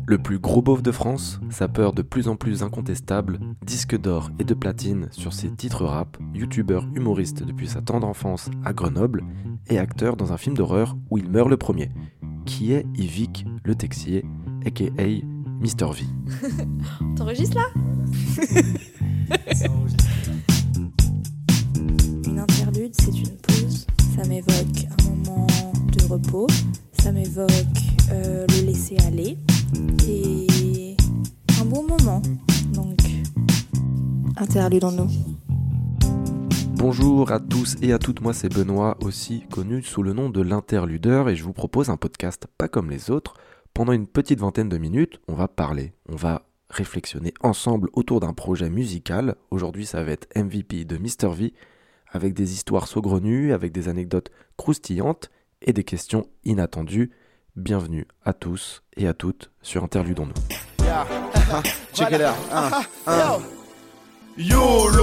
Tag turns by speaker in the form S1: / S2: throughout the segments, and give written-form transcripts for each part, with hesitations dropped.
S1: Le plus gros beauf de France, sapeur de plus en plus incontestable, disque d'or et de platine sur ses titres rap, youtubeur humoriste depuis sa tendre enfance à Grenoble et acteur dans un film d'horreur où il meurt le premier. Qui est Yvick Le Texier, aka Mr V.
S2: T'enregistres là? Une interlude, c'est une pause. Ça m'évoque un moment de repos. Ça m'évoque le laisser aller. Et un bon moment. Donc, interludons-nous.
S1: Bonjour à tous et à toutes, moi c'est Benoît, aussi connu sous le nom de l'interludeur, et je vous propose un podcast pas comme les autres. Pendant une petite vingtaine de minutes, on va parler, on va réflexionner ensemble autour d'un projet musical. Aujourd'hui ça va être MVP de Mr V, avec des histoires saugrenues, avec des anecdotes croustillantes et des questions inattendues. Bienvenue à tous et à toutes sur Interludons-nous.
S3: Yeah. Check it out. Yo le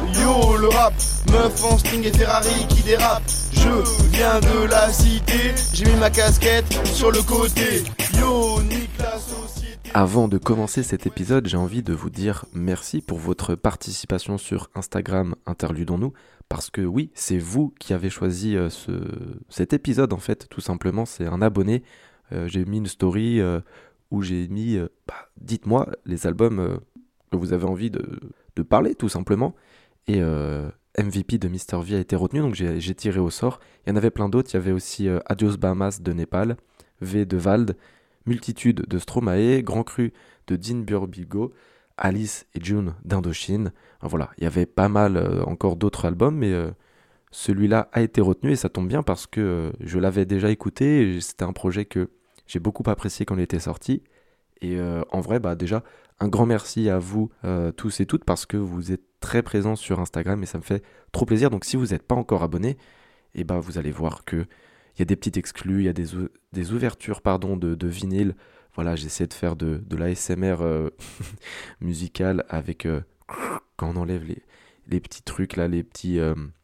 S3: rap, meuf en string et Ferrari qui dérape. Je viens de la cité, j'ai mis ma casquette sur le côté. Yo, nique la société.
S1: Avant de commencer cet épisode, j'ai envie de vous dire merci pour votre participation sur Instagram Interludons-nous, parce que oui, c'est vous qui avez choisi cet épisode en fait, tout simplement, c'est un abonné. J'ai mis une story où j'ai mis, dites-moi les albums que vous avez envie de parler tout simplement, et MVP de Mr V a été retenu, donc j'ai tiré au sort. Il y en avait plein d'autres, il y avait aussi Adios Bahamas de Népal, V de Vald, Multitude de Stromae, Grand Cru de Dean Burbigo, Alice et June d'Indochine. Voilà, il y avait pas mal encore d'autres albums, mais celui-là a été retenu et ça tombe bien parce que je l'avais déjà écouté et c'était un projet que j'ai beaucoup apprécié quand il était sorti. Et en vrai, déjà, un grand merci à vous tous et toutes parce que vous êtes très présents sur Instagram et ça me fait trop plaisir. Donc si vous n'êtes pas encore abonné, vous allez voir que il y a des petites exclus, il y a des ouvertures de vinyle. Voilà, j'essaie de faire de l'ASMR musical avec quand on enlève les petits trucs là, les petits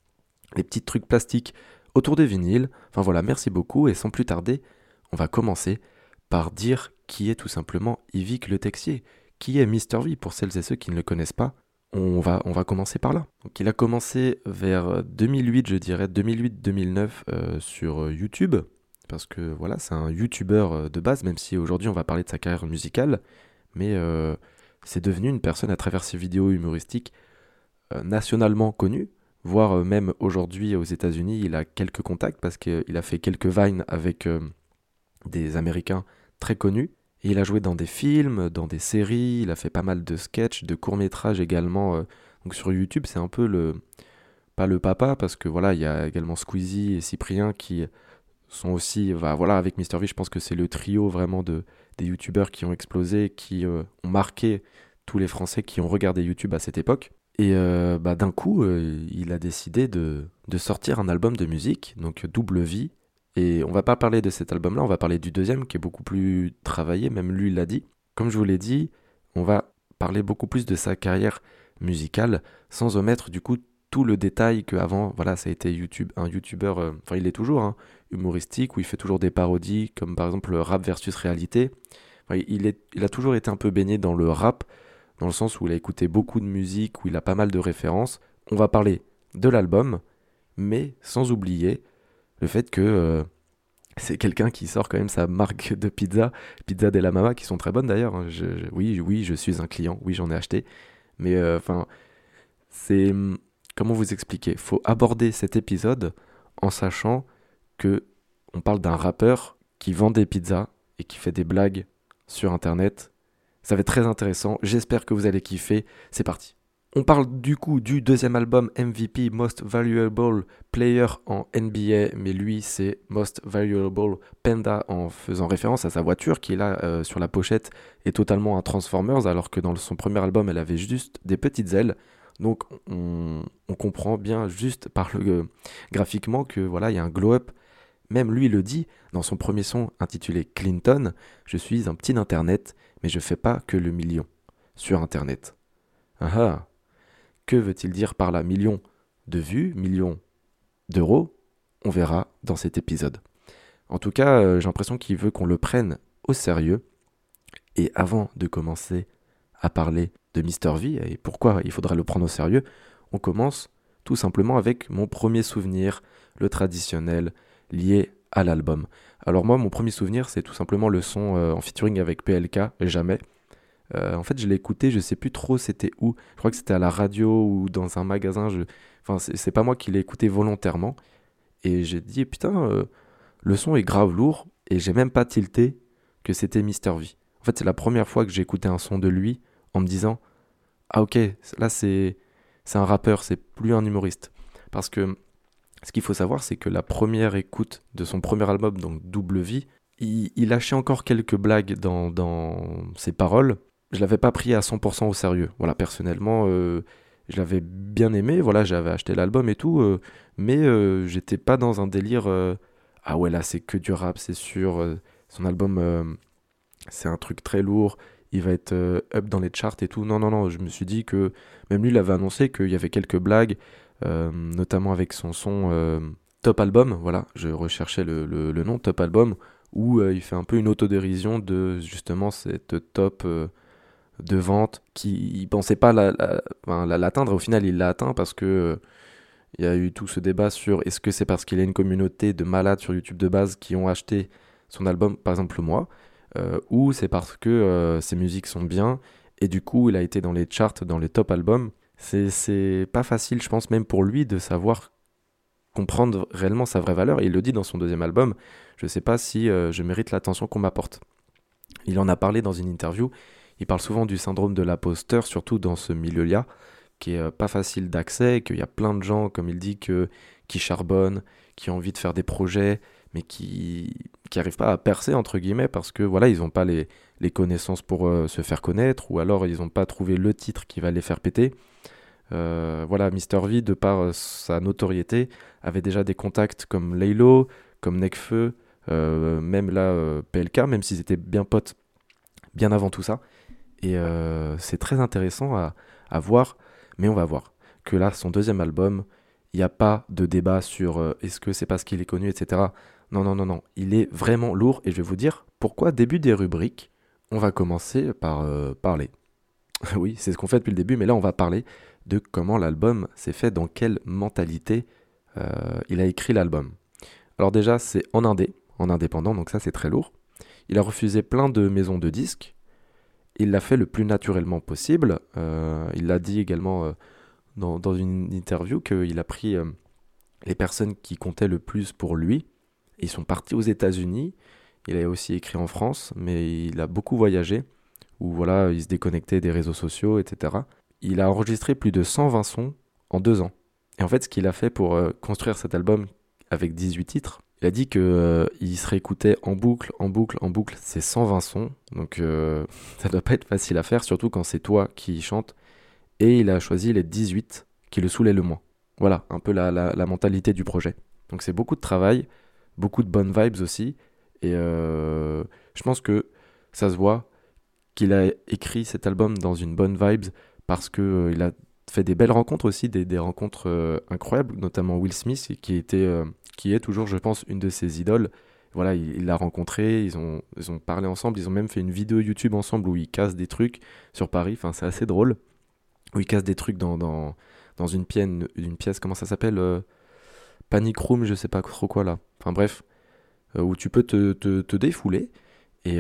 S1: trucs plastiques autour des vinyles. Enfin voilà, merci beaucoup et sans plus tarder, on va commencer par dire qui est tout simplement Yvick Le Texier, qui est Mr V pour celles et ceux qui ne le connaissent pas. On va commencer par là. Donc, il a commencé vers 2008, je dirais, 2008-2009 sur YouTube, parce que voilà, c'est un YouTuber de base, même si aujourd'hui on va parler de sa carrière musicale, mais c'est devenu une personne à travers ses vidéos humoristiques nationalement connue, voire même aujourd'hui aux États-Unis, il a quelques contacts parce qu'il a fait quelques vines avec des Américains très connus. Et il a joué dans des films, dans des séries, il a fait pas mal de sketchs, de courts-métrages également. Donc sur YouTube, c'est un peu pas le papa, parce que voilà, il y a également Squeezie et Cyprien qui sont aussi, avec Mr V, je pense que c'est le trio vraiment des youtubeurs qui ont explosé, qui ont marqué tous les Français qui ont regardé YouTube à cette époque. Et d'un coup, il a décidé de sortir un album de musique, donc Double Vie. Et on va pas parler de cet album-là, on va parler du deuxième qui est beaucoup plus travaillé, même lui il l'a dit. Comme je vous l'ai dit, on va parler beaucoup plus de sa carrière musicale, sans omettre du coup tout le détail qu'avant, voilà, ça a été un youtubeur, il est toujours humoristique, où il fait toujours des parodies, comme par exemple le rap versus réalité. Il a toujours été un peu baigné dans le rap, dans le sens où il a écouté beaucoup de musique, où il a pas mal de références. On va parler de l'album, mais sans oublier le fait que c'est quelqu'un qui sort quand même sa marque de pizza della Mama, qui sont très bonnes d'ailleurs. Oui, je suis un client, oui, j'en ai acheté. Mais c'est... Comment vous expliquer ? Faut aborder cet épisode en sachant que on parle d'un rappeur qui vend des pizzas et qui fait des blagues sur Internet. Ça va être très intéressant, j'espère que vous allez kiffer. C'est parti. On parle du coup du deuxième album MVP, Most Valuable Player en NBA, mais lui c'est Most Valuable Panda en faisant référence à sa voiture qui est là sur la pochette est totalement un Transformers, alors que dans son premier album elle avait juste des petites ailes. Donc on comprend bien juste graphiquement que voilà, il y a un glow-up. Même lui le dit dans son premier son intitulé Clinton, je suis un petit d'internet, mais je fais pas que le million sur internet. Ah. Que veut-il dire par là ? Millions de vues, millions d'euros ? On verra dans cet épisode. En tout cas, j'ai l'impression qu'il veut qu'on le prenne au sérieux. Et avant de commencer à parler de Mister V et pourquoi il faudrait le prendre au sérieux, on commence tout simplement avec mon premier souvenir, le traditionnel, lié à l'album. Alors moi, mon premier souvenir, c'est tout simplement le son en featuring avec PLK, Jamais. En fait, je l'ai écouté, je sais plus trop c'était où. Je crois que c'était à la radio ou dans un magasin. Enfin, c'est pas moi qui l'ai écouté volontairement. Et j'ai dit, putain, le son est grave lourd. Et j'ai même pas tilté que c'était Mister V. En fait, c'est la première fois que j'ai écouté un son de lui en me disant, ah ok, là c'est un rappeur, c'est plus un humoriste. Parce que ce qu'il faut savoir, c'est que la première écoute de son premier album, donc Double Vie, il lâchait encore quelques blagues dans ses paroles. Je l'avais pas pris à 100% au sérieux. Voilà, personnellement, je l'avais bien aimé. Voilà, j'avais acheté l'album et tout, mais j'étais pas dans un délire. Ah ouais, là c'est que du rap, c'est sûr. Son album, c'est un truc très lourd. Il va être up dans les charts et tout. Non, non, non. Je me suis dit que même lui, il avait annoncé qu'il y avait quelques blagues, notamment avec son son Top Album. Voilà, je recherchais le nom Top Album, où il fait un peu une autodérision de justement cette top de vente il pensait pas l'atteindre. Au final, il l'a atteint parce que il y a eu tout ce débat sur est-ce que c'est parce qu'il y a une communauté de malades sur YouTube de base qui ont acheté son album, par exemple moi, ou c'est parce que ses musiques sont bien et du coup il a été dans les charts, dans les top albums. C'est pas facile, je pense, même pour lui de savoir comprendre réellement sa vraie valeur. Et il le dit dans son deuxième album, je sais pas si je mérite l'attention qu'on m'apporte. Il en a parlé dans une interview. Il parle souvent du syndrome de l'imposteur, surtout dans ce milieu-là, qui est pas facile d'accès, qu'il y a plein de gens, comme il dit, qui charbonnent, qui ont envie de faire des projets, mais qui n'arrivent pas à percer, entre guillemets, parce que voilà, ils n'ont pas les connaissances pour se faire connaître, ou alors ils n'ont pas trouvé le titre qui va les faire péter. Voilà, Mister V, de par sa notoriété, avait déjà des contacts comme Laylo, comme Nekfeu, même là, PLK, même s'ils étaient bien potes bien avant tout ça. Et c'est très intéressant à voir, mais on va voir que là, son deuxième album, il n'y a pas de débat sur est-ce que c'est parce qu'il est connu, etc. Non, non, non, non, il est vraiment lourd et je vais vous dire pourquoi. Début des rubriques, on va commencer par parler. Oui, c'est ce qu'on fait depuis le début, mais là, on va parler de comment l'album s'est fait, dans quelle mentalité il a écrit l'album. Alors déjà, c'est en indépendant, donc ça, c'est très lourd. Il a refusé plein de maisons de disques. Il l'a fait le plus naturellement possible. Il l'a dit également dans une interview qu'il a pris les personnes qui comptaient le plus pour lui. Ils sont partis aux États-Unis. Il a aussi écrit en France, mais il a beaucoup voyagé, où voilà, il se déconnectait des réseaux sociaux, etc. Il a enregistré plus de 120 sons en 2 ans. Et en fait, ce qu'il a fait pour construire cet album avec 18 titres, il a dit qu'il se réécoutait en boucle, ces 120 sons. Donc ça doit pas être facile à faire, surtout quand c'est toi qui chante. Et il a choisi les 18 qui le saoulaient le moins. Voilà, un peu la mentalité du projet. Donc c'est beaucoup de travail, beaucoup de bonnes vibes aussi. Et je pense que ça se voit qu'il a écrit cet album dans une bonne vibes parce qu'il a fait des belles rencontres aussi, des rencontres incroyables, notamment Will Smith, qui est toujours, je pense, une de ses idoles. Voilà, il l'a rencontré, ils ont parlé ensemble, ils ont même fait une vidéo YouTube ensemble où ils cassent des trucs sur Paris, enfin c'est assez drôle, où ils cassent des trucs dans une pièce, comment ça s'appelle Panic Room, je sais pas trop quoi là, enfin bref, où tu peux te défouler, et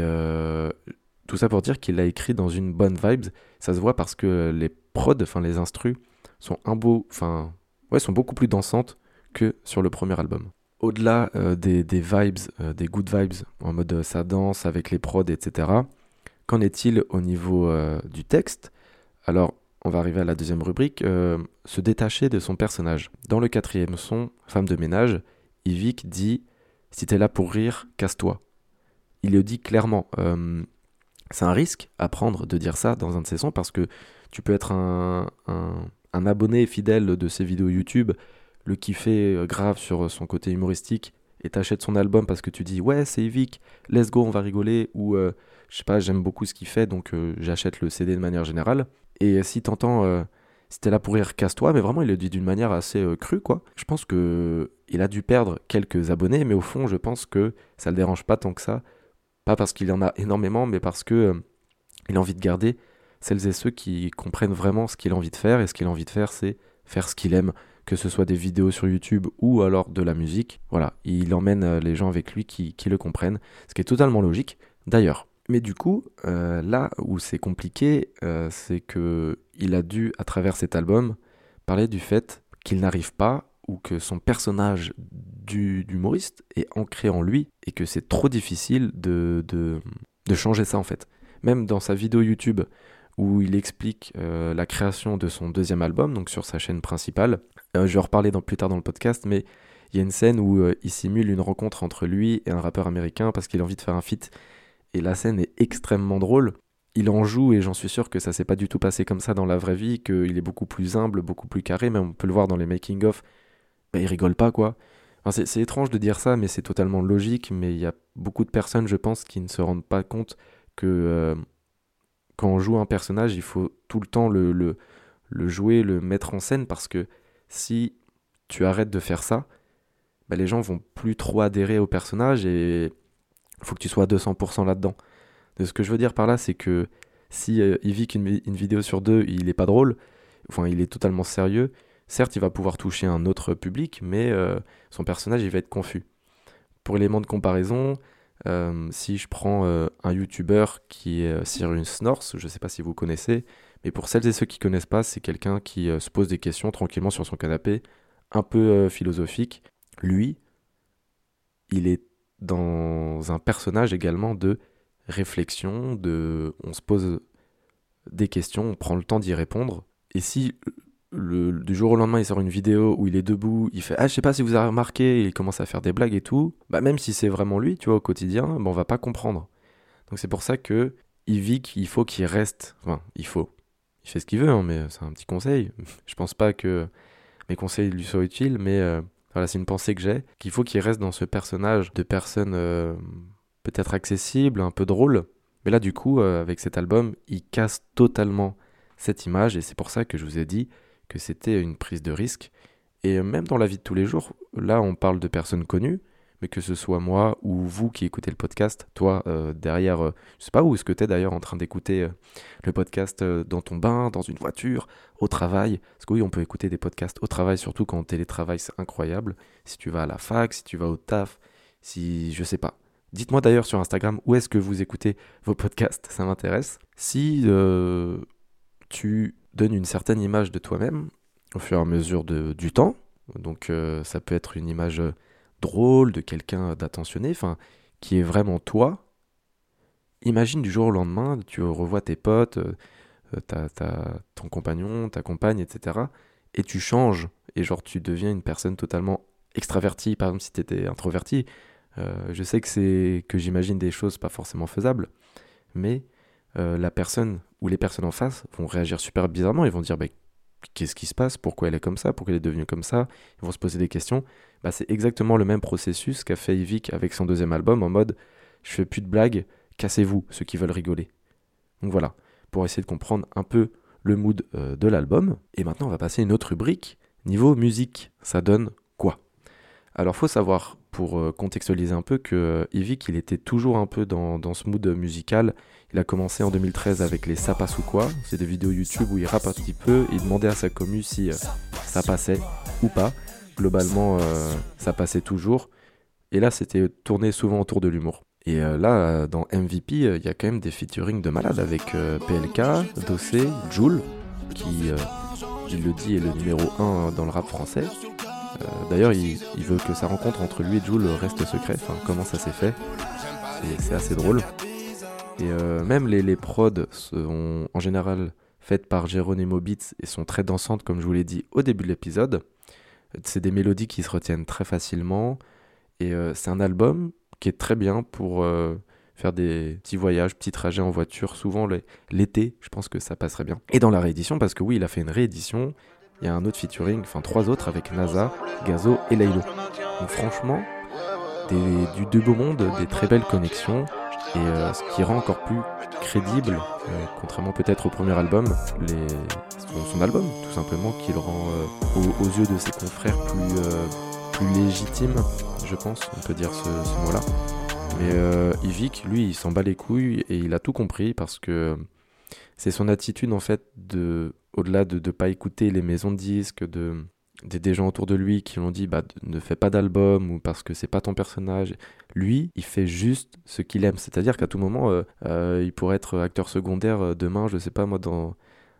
S1: tout ça pour dire qu'il l'a écrit dans une bonne vibe, ça se voit parce que les prods, enfin les instrus, sont sont beaucoup plus dansantes que sur le premier album. Au-delà des vibes, des good vibes, en mode ça danse avec les prods, etc., qu'en est-il au niveau du texte ? Alors, on va arriver à la deuxième rubrique, se détacher de son personnage. Dans le 4e son, Femme de ménage, Yvick dit « Si t'es là pour rire, casse-toi ». Il le dit clairement. C'est un risque à prendre de dire ça dans un de ses sons parce que tu peux être un abonné fidèle de ses vidéos YouTube, le kiffer grave sur son côté humoristique et t'achètes son album parce que tu dis ouais c'est Yvick, let's go on va rigoler, ou je sais pas, j'aime beaucoup ce qu'il fait donc j'achète le CD de manière générale. Et si t'entends si t'es là pour rire, casse-toi, mais vraiment il le dit d'une manière assez crue quoi. Je pense que il a dû perdre quelques abonnés, mais au fond je pense que ça le dérange pas tant que ça, pas parce qu'il y en a énormément, mais parce que Il a envie de garder celles et ceux qui comprennent vraiment ce qu'il a envie de faire, et ce qu'il a envie de faire, c'est faire ce qu'il aime, que ce soit des vidéos sur YouTube ou alors de la musique. Voilà, il emmène les gens avec lui qui le comprennent, ce qui est totalement logique d'ailleurs. Mais du coup, là où c'est compliqué, c'est qu'il a dû, à travers cet album, parler du fait qu'il n'arrive pas, ou que son personnage d'humoriste est ancré en lui, et que c'est trop difficile de changer ça en fait. Même dans sa vidéo YouTube, où il explique la création de son deuxième album, donc sur sa chaîne principale, je vais en reparler plus tard dans le podcast, mais il y a une scène où il simule une rencontre entre lui et un rappeur américain, parce qu'il a envie de faire un feat, et la scène est extrêmement drôle. Il en joue, et j'en suis sûr que ça s'est pas du tout passé comme ça dans la vraie vie, qu'il est beaucoup plus humble, beaucoup plus carré, même on peut le voir dans les making-of, il rigole pas quoi. Enfin, c'est étrange de dire ça, mais c'est totalement logique, mais il y a beaucoup de personnes, je pense, qui ne se rendent pas compte que quand on joue un personnage, il faut tout le temps le jouer, le mettre en scène, parce que si tu arrêtes de faire ça, les gens vont plus trop adhérer au personnage, et il faut que tu sois à 200% là-dedans. Ce que je veux dire par là, c'est que si Yvick, une vidéo sur 2, il est pas drôle, enfin il est totalement sérieux, certes il va pouvoir toucher un autre public, mais son personnage il va être confus. Pour élément de comparaison, si je prends un YouTuber qui est Cyrus North, je sais pas si vous connaissez, mais pour celles et ceux qui connaissent pas, c'est quelqu'un qui se pose des questions tranquillement sur son canapé, un peu philosophique. Lui, il est dans un personnage également de réflexion, on se pose des questions, on prend le temps d'y répondre, et si du jour au lendemain il sort une vidéo où il est debout, il fait « Ah, je sais pas si vous avez remarqué », et il commence à faire des blagues et tout, même si c'est vraiment lui, tu vois, au quotidien, on va pas comprendre. Donc c'est pour ça que Yvick, il faut qu'il reste, il fait ce qu'il veut, mais c'est un petit conseil, je pense pas que mes conseils lui soient utiles, mais voilà, c'est une pensée que j'ai, qu'il faut qu'il reste dans ce personnage de personne peut-être accessible, un peu drôle, mais là du coup, avec cet album, il casse totalement cette image, et c'est pour ça que je vous ai dit que c'était une prise de risque. Et même dans la vie de tous les jours, là on parle de personnes connues, mais que ce soit moi ou vous qui écoutez le podcast, toi derrière, je sais pas où est-ce que t'es d'ailleurs en train d'écouter le podcast, dans ton bain, dans une voiture, au travail, parce que oui, on peut écouter des podcasts au travail, surtout quand on télétravaille, c'est incroyable. Si tu vas à la fac, si tu vas au taf, si je sais pas. Dites-moi d'ailleurs sur Instagram où est-ce que vous écoutez vos podcasts, ça m'intéresse. Si tu donnes une certaine image de toi-même au fur et à mesure du temps, donc ça peut être une image drôle de quelqu'un d'attentionné, qui est vraiment toi. Imagine du jour au lendemain, tu revois tes potes, ton compagnon, ta compagne, etc. Et tu changes, et genre tu deviens une personne totalement extravertie, par exemple si tu étais introverti. Je sais que j'imagine des choses pas forcément faisables, mais la personne ou les personnes en face vont réagir super bizarrement, ils vont dire qu'est-ce qui se passe, pourquoi elle est comme ça, pourquoi elle est devenue comme ça, ils vont se poser des questions. C'est exactement le même processus qu'a fait Yvick avec son deuxième album, en mode je fais plus de blagues, cassez-vous ceux qui veulent rigoler. Donc voilà, pour essayer de comprendre un peu le mood de l'album. Et maintenant on va passer à une autre rubrique, niveau musique, ça donne quoi? Alors faut savoir, pour contextualiser un peu, que Yvick il était toujours un peu dans ce mood musical. Il a commencé en 2013 avec les Ça passe ou quoi, c'est des vidéos YouTube où il rappe un petit peu, il demandait à sa commu si ça passait ou pas. Globalement ça passait toujours, et là c'était tourné souvent autour de l'humour. Et là dans MVP il y a quand même des featuring de malades avec PLK, Dossé, Jul, qui il le dit est le numéro 1 dans le rap français. D'ailleurs il veut que sa rencontre entre lui et Jul reste secret, comment ça s'est fait, c'est assez drôle. Et même les prods sont en général faites par Geronimo Beats et sont très dansantes, comme je vous l'ai dit au début de l'épisode. C'est des mélodies qui se retiennent très facilement, et c'est un album qui est très bien pour faire des petits voyages, petits trajets en voiture, souvent l'été, je pense que ça passerait bien. Et dans la réédition, parce que oui, il a fait une réédition, il y a un autre featuring, 3 autres avec NASA, Gazo et Laylo. Donc franchement, du beau monde, des très belles connexions, et ce qui rend encore plus crédible, contrairement peut-être au premier album, son album tout simplement, qui le rend aux yeux de ses confrères plus légitime, je pense, on peut dire ce mot-là. Mais Yvick, lui, il s'en bat les couilles et il a tout compris parce que c'est son attitude en fait au-delà de ne pas écouter les maisons de disques, des gens autour de lui qui l'ont dit ne fais pas d'album ou parce que c'est pas ton personnage. Lui, il fait juste ce qu'il aime. C'est-à-dire qu'à tout moment, il pourrait être acteur secondaire demain, je sais pas moi, dans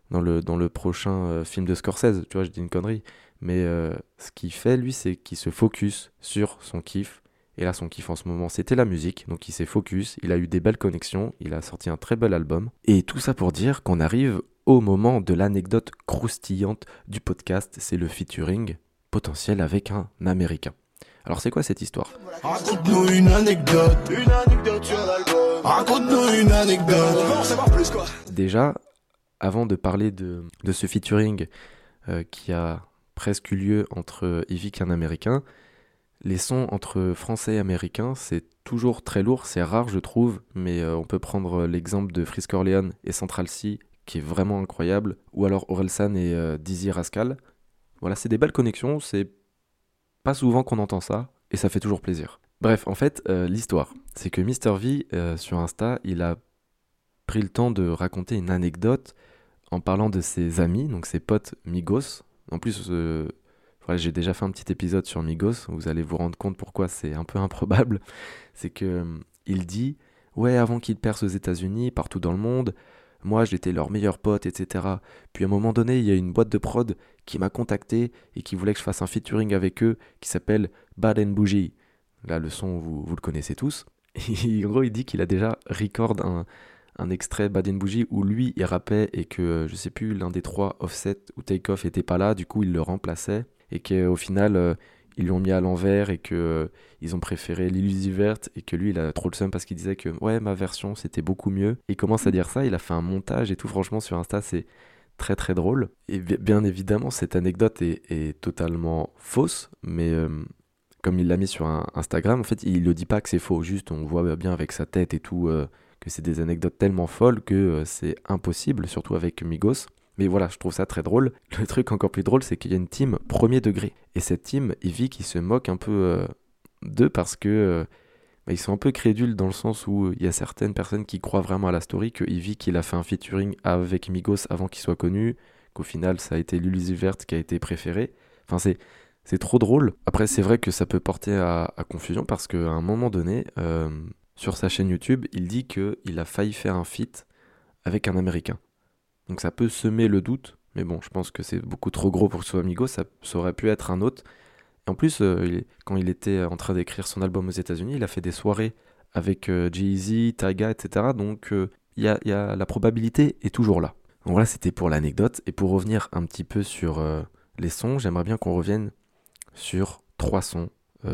S1: le prochain film de Scorsese. Tu vois, je dis une connerie. Mais ce qu'il fait, lui, c'est qu'il se focus sur son kiff. Et là, son kiff en ce moment, c'était la musique. Donc il s'est focus, il a eu des belles connexions, il a sorti un très bel album. Et tout ça pour dire qu'on arrive au moment de l'anecdote croustillante du podcast, c'est le featuring potentiel avec un Américain. Alors c'est quoi cette histoire ?
S3: Raconte-nous une anecdote sur l'album. Raconte-nous une anecdote. On veut en savoir plus quoi.
S1: Déjà, avant de parler de ce featuring qui a presque eu lieu entre Yvick et un Américain, les sons entre français et américains, c'est toujours très lourd, c'est rare je trouve, mais on peut prendre l'exemple de Frisk Orleans et Central C, qui est vraiment incroyable, ou alors Orelsan et Dizzy Rascal. Voilà, c'est des belles connexions, c'est pas souvent qu'on entend ça, et ça fait toujours plaisir. Bref, en fait, l'histoire, c'est que Mr V, sur Insta, il a pris le temps de raconter une anecdote en parlant de ses amis, donc ses potes Migos. En plus, voilà, j'ai déjà fait un petit épisode sur Migos, vous allez vous rendre compte pourquoi c'est un peu improbable. C'est que il dit, ouais, avant qu'ils percent aux États-Unis, partout dans le monde, moi j'étais leur meilleur pote, etc. Puis à un moment donné, il y a une boîte de prod qui m'a contacté et qui voulait que je fasse un featuring avec eux qui s'appelle Bad and Bougie. Là, le son, vous le connaissez tous. Et en gros, il dit qu'il a déjà record un extrait Bad and Bougie où lui, il rappait et que, je sais plus, l'un des trois, Offset ou Takeoff, était pas là, du coup, il le remplaçait. Et qu'au final, ils l'ont mis à l'envers et qu'ils ont préféré l'Illusie Verte et que lui, il a trop le seum parce qu'il disait que ouais, ma version, c'était beaucoup mieux. Il commence à dire ça, il a fait un montage et tout, franchement, sur Insta, c'est très très drôle. Et bien évidemment, cette anecdote est totalement fausse, mais comme il l'a mis sur Instagram, en fait, il le dit pas que c'est faux, juste on voit bien avec sa tête et tout que c'est des anecdotes tellement folles que c'est impossible, surtout avec Migos. Mais voilà, je trouve ça très drôle. Le truc encore plus drôle, c'est qu'il y a une team premier degré. Et cette team, Yvick, il se moque un peu d'eux parce que ils sont un peu crédules dans le sens où il y a certaines personnes qui croient vraiment à la story que Yvick, il a fait un featuring avec Migos avant qu'il soit connu, qu'au final, ça a été l'Illusie Verte qui a été préférée. Enfin, c'est trop drôle. Après, c'est vrai que ça peut porter à confusion parce qu'à un moment donné, sur sa chaîne YouTube, il dit qu'il a failli faire un feat avec un Américain. Donc ça peut semer le doute, mais bon, je pense que c'est beaucoup trop gros pour que ce soit Migos, ça aurait pu être un autre. Et en plus, quand il était en train d'écrire son album aux États-Unis, il a fait des soirées avec Jay-Z, Tyga, etc. Donc y a la probabilité est toujours là. Donc voilà, c'était pour l'anecdote. Et pour revenir un petit peu sur les sons, j'aimerais bien qu'on revienne sur 3 sons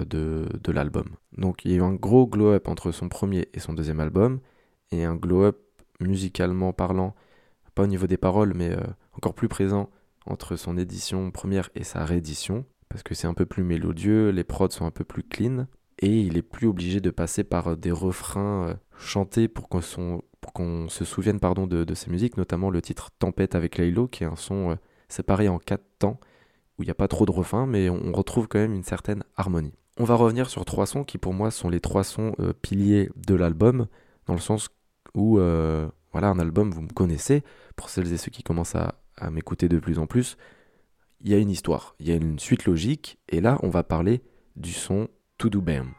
S1: de l'album. Donc il y a eu un gros glow-up entre son premier et son deuxième album, et un glow-up musicalement parlant, pas au niveau des paroles, mais encore plus présent entre son édition première et sa réédition, parce que c'est un peu plus mélodieux, les prods sont un peu plus clean, et il est plus obligé de passer par des refrains chantés pour qu'on se souvienne de ses musiques, notamment le titre Tempête avec Laylo, qui est un son séparé en 4 temps, où il n'y a pas trop de refrains, mais on retrouve quand même une certaine harmonie. On va revenir sur 3 sons qui pour moi sont les 3 sons piliers de l'album, dans le sens où voilà, un album, vous me connaissez, pour celles et ceux qui commencent à m'écouter de plus en plus, il y a une histoire, il y a une suite logique, et là, on va parler du son To Do Bam.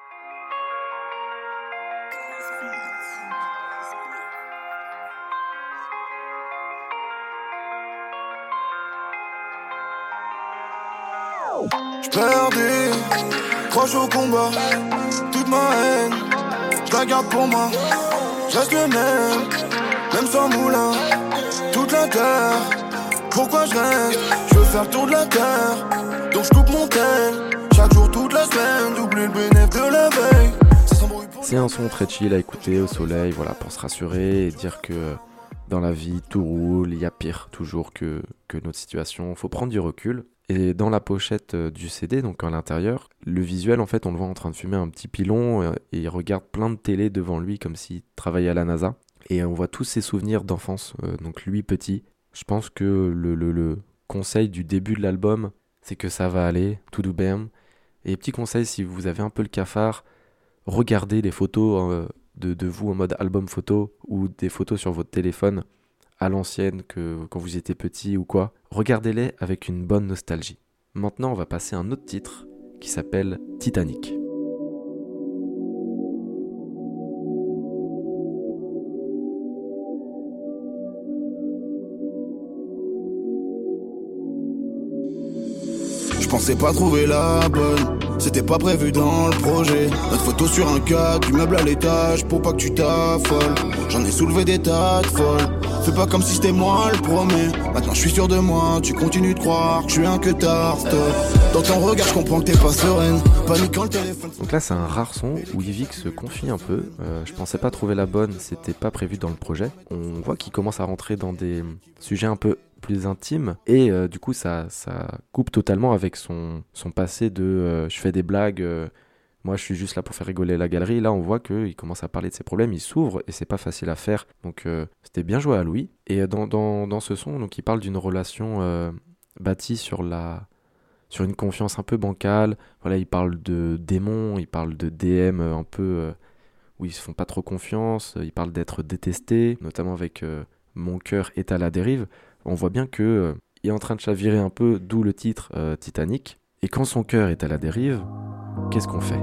S3: J'perdais, proche au combat, toute ma haine, j'la garde pour moi, j'reste le même sans moulin, toute la terre, pourquoi j'reste, j'veux faire le tour de la terre, donc j'coupe mon tel, chaque jour toute la semaine, doubler le bénéfice de la veille.
S1: C'est un son très chill à écouter au soleil, voilà, pour se rassurer et dire que dans la vie tout roule, il y a pire toujours que notre situation, faut prendre du recul. Et dans la pochette du CD, donc à l'intérieur, le visuel, en fait, on le voit en train de fumer un petit pilon et il regarde plein de télé devant lui comme s'il travaillait à la NASA. Et on voit tous ses souvenirs d'enfance, donc lui petit. Je pense que le conseil du début de l'album, c'est que ça va aller, To Do Bam. Et petit conseil, si vous avez un peu le cafard, regardez les photos de vous en mode album photo ou des photos sur votre téléphone à l'ancienne que quand vous étiez petit ou quoi. Regardez-les avec une bonne nostalgie. Maintenant, on va passer à un autre titre qui s'appelle Titanic.
S3: Je pensais pas trouver la bonne, c'était pas prévu dans le projet. Notre photo sur un cadre, du meuble à l'étage pour pas que tu t'affoles. J'en ai soulevé des tas de folles. Fais pas comme si c'était moi le premier. Maintenant je suis sûr de moi, tu continues de croire que je suis un que tard. Dans ton regard je comprends que t'es pas sereine. Panique quand le téléphone.
S1: Donc là c'est un rare son où Yvick se confie un peu. Je pensais pas trouver la bonne, c'était pas prévu dans le projet. On voit qu'il commence à rentrer dans des sujets un peu plus intimes et du coup ça coupe totalement avec son passé de je fais des blagues, moi je suis juste là pour faire rigoler la galerie. Là on voit qu'il commence à parler de ses problèmes, il s'ouvre et c'est pas facile à faire, donc c'était bien joué à Louis. Et dans ce son donc il parle d'une relation bâtie sur une confiance un peu bancale. Voilà, il parle de démons, il parle de DM un peu où ils se font pas trop confiance, il parle d'être détesté, notamment avec Mon cœur est à la dérive. On voit bien que il est en train de chavirer un peu, d'où le titre Titanic. Et quand son cœur est à la dérive, qu'est-ce qu'on fait ?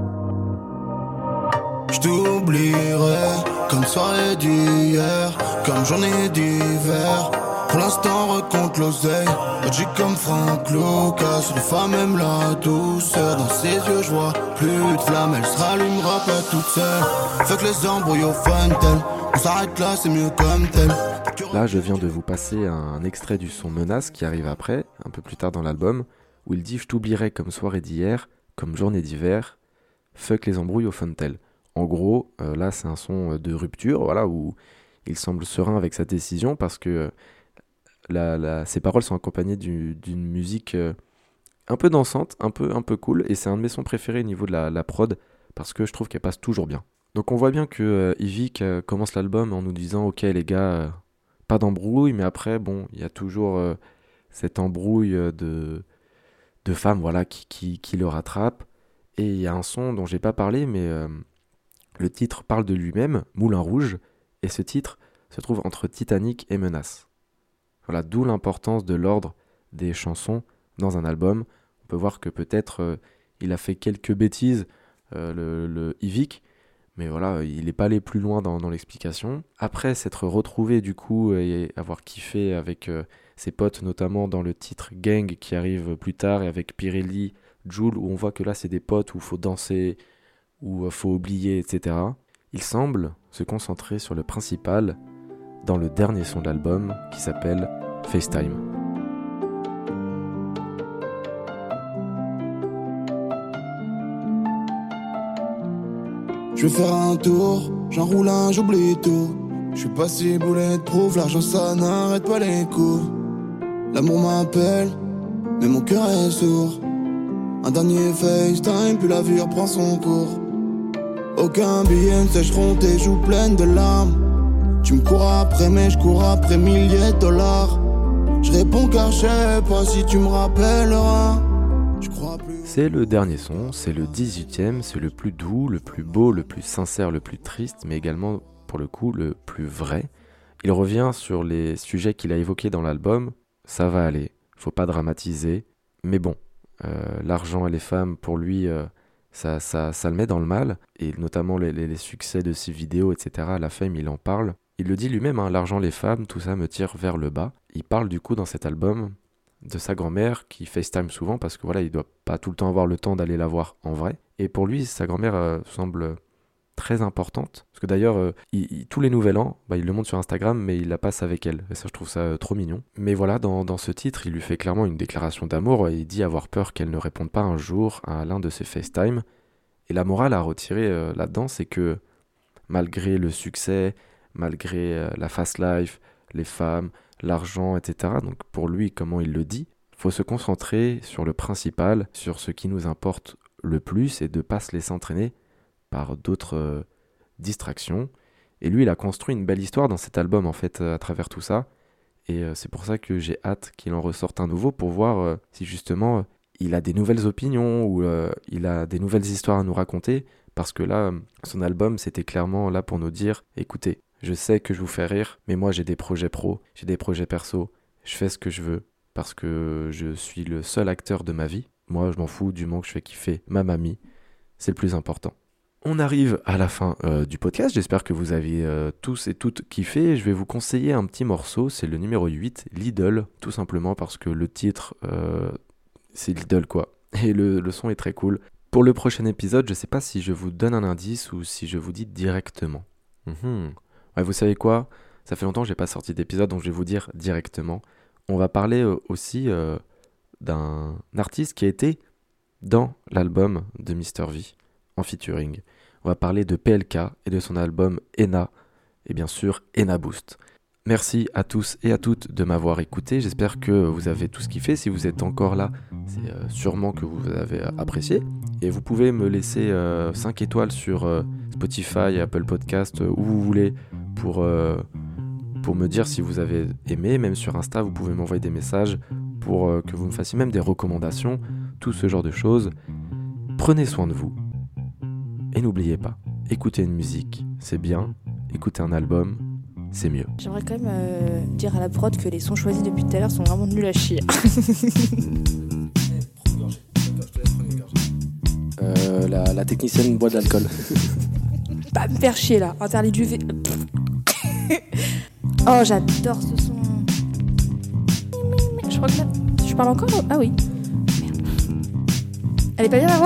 S3: Je t'oublierai comme soirée d'hier, comme journée d'hiver. Pour l'instant recompte l'oseille, logique comme Frank Lucas. Les femmes aiment la douceur, dans ses yeux je vois plus de flamme. Elle se rallumera pas toute seule, fait que les embrouilles au Funtel. On s'arrête là, c'est mieux comme tel.
S1: Là je viens de vous passer un extrait du son Menace qui arrive après, un peu plus tard dans l'album, où il dit « Je t'oublierai comme soirée d'hier, comme journée d'hiver, fuck les embrouilles au Funtel ». En gros, là c'est un son de rupture, voilà, où il semble serein avec sa décision parce que ses paroles sont accompagnées d'une musique un peu dansante, un peu cool, et c'est un de mes sons préférés au niveau de la prod parce que je trouve qu'elle passe toujours bien. Donc on voit bien que Yvick commence l'album en nous disant « Ok les gars, pas d'embrouille », mais après, bon, il y a toujours cette embrouille de femmes voilà, qui le rattrape. Et il y a un son dont j'ai pas parlé, mais le titre parle de lui-même, Moulin Rouge, et ce titre se trouve entre Titanic et Menace. Voilà, d'où l'importance de l'ordre des chansons dans un album. On peut voir que peut-être il a fait quelques bêtises, le Yvick, mais voilà, il n'est pas allé plus loin dans l'explication. Après s'être retrouvé du coup et avoir kiffé avec ses potes, notamment dans le titre Gang qui arrive plus tard, et avec Pirelli, Jul, où on voit que là c'est des potes où il faut danser, où il faut oublier, etc. Il semble se concentrer sur le principal dans le dernier son de l'album qui s'appelle FaceTime.
S3: Je vais faire un tour, j'enroule un, j'oublie tout. Je suis pas si boulet de prouve, l'argent ça n'arrête pas les coups. L'amour m'appelle, mais mon cœur est sourd. Un dernier FaceTime, puis la vie reprend son cours. Aucun billet ne sécheront tes joues pleines de larmes. Tu me cours après, mais je cours après milliers de dollars. Je réponds car je sais pas si tu me rappelleras. Je crois plus.
S1: C'est le dernier son, c'est le 18e, c'est le plus doux, le plus beau, le plus sincère, le plus triste, mais également, pour le coup, le plus vrai. Il revient sur les sujets qu'il a évoqués dans l'album. Ça va aller, faut pas dramatiser, mais bon, l'argent et les femmes, pour lui, ça le met dans le mal, et notamment les succès de ses vidéos, etc., la fame, il en parle. Il le dit lui-même, hein, l'argent, les femmes, tout ça me tire vers le bas. Il parle du coup dans cet album de sa grand-mère qui FaceTime souvent parce que voilà, il doit pas tout le temps avoir le temps d'aller la voir en vrai. Et pour lui, sa grand-mère semble très importante. Parce que d'ailleurs, tous les nouvel an, il le montre sur Instagram, mais il la passe avec elle. Et ça, je trouve ça trop mignon. Mais voilà, dans ce titre, il lui fait clairement une déclaration d'amour. Et il dit avoir peur qu'elle ne réponde pas un jour à l'un de ses FaceTime. Et la morale à retirer là-dedans, c'est que malgré le succès, malgré la fast life, les femmes, l'argent, etc. Donc pour lui, comment il le dit, il faut se concentrer sur le principal, sur ce qui nous importe le plus et de ne pas se laisser entraîner par d'autres distractions. Et lui, il a construit une belle histoire dans cet album, en fait, à travers tout ça. Et c'est pour ça que j'ai hâte qu'il en ressorte un nouveau pour voir si justement il a des nouvelles opinions ou il a des nouvelles histoires à nous raconter. Parce que là, son album, c'était clairement là pour nous dire, écoutez, je sais que je vous fais rire, mais moi j'ai des projets pro, j'ai des projets perso, je fais ce que je veux, parce que je suis le seul acteur de ma vie. Moi, je m'en fous du moment que je fais kiffer ma mamie, c'est le plus important. On arrive à la fin du podcast, j'espère que vous avez tous et toutes kiffé. Je vais vous conseiller un petit morceau, c'est le numéro 8, Lidl, tout simplement parce que le titre, c'est Lidl quoi. Et le son est très cool. Pour le prochain épisode, je sais pas si je vous donne un indice ou si je vous dis directement. Ouais, vous savez quoi ? Ça fait longtemps que j'ai pas sorti d'épisode, donc je vais vous dire directement. On va parler aussi d'un artiste qui a été dans l'album de Mr V, en featuring. On va parler de PLK et de son album Ena, et bien sûr Ena Boost. Merci à tous et à toutes de m'avoir écouté, j'espère que vous avez tous kiffé. Si vous êtes encore là, c'est sûrement que vous avez apprécié. Et vous pouvez me laisser 5 étoiles sur Spotify, Apple Podcast, où vous voulez, pour me dire si vous avez aimé. Même sur Insta, vous pouvez m'envoyer des messages pour que vous me fassiez même des recommandations, tout ce genre de choses. Prenez soin de vous. Et n'oubliez pas, écouter une musique, c'est bien. Écouter un album, c'est mieux.
S2: J'aimerais quand même dire à la prod que les sons choisis depuis tout à l'heure sont vraiment nuls à chier.
S1: La technicienne boit de l'alcool.
S2: Pas me faire chier là, interdit du V. Oh, j'adore ce son. Je crois que là. Je parle encore ? Ah oui. Merde. Elle est pas bien à voir ?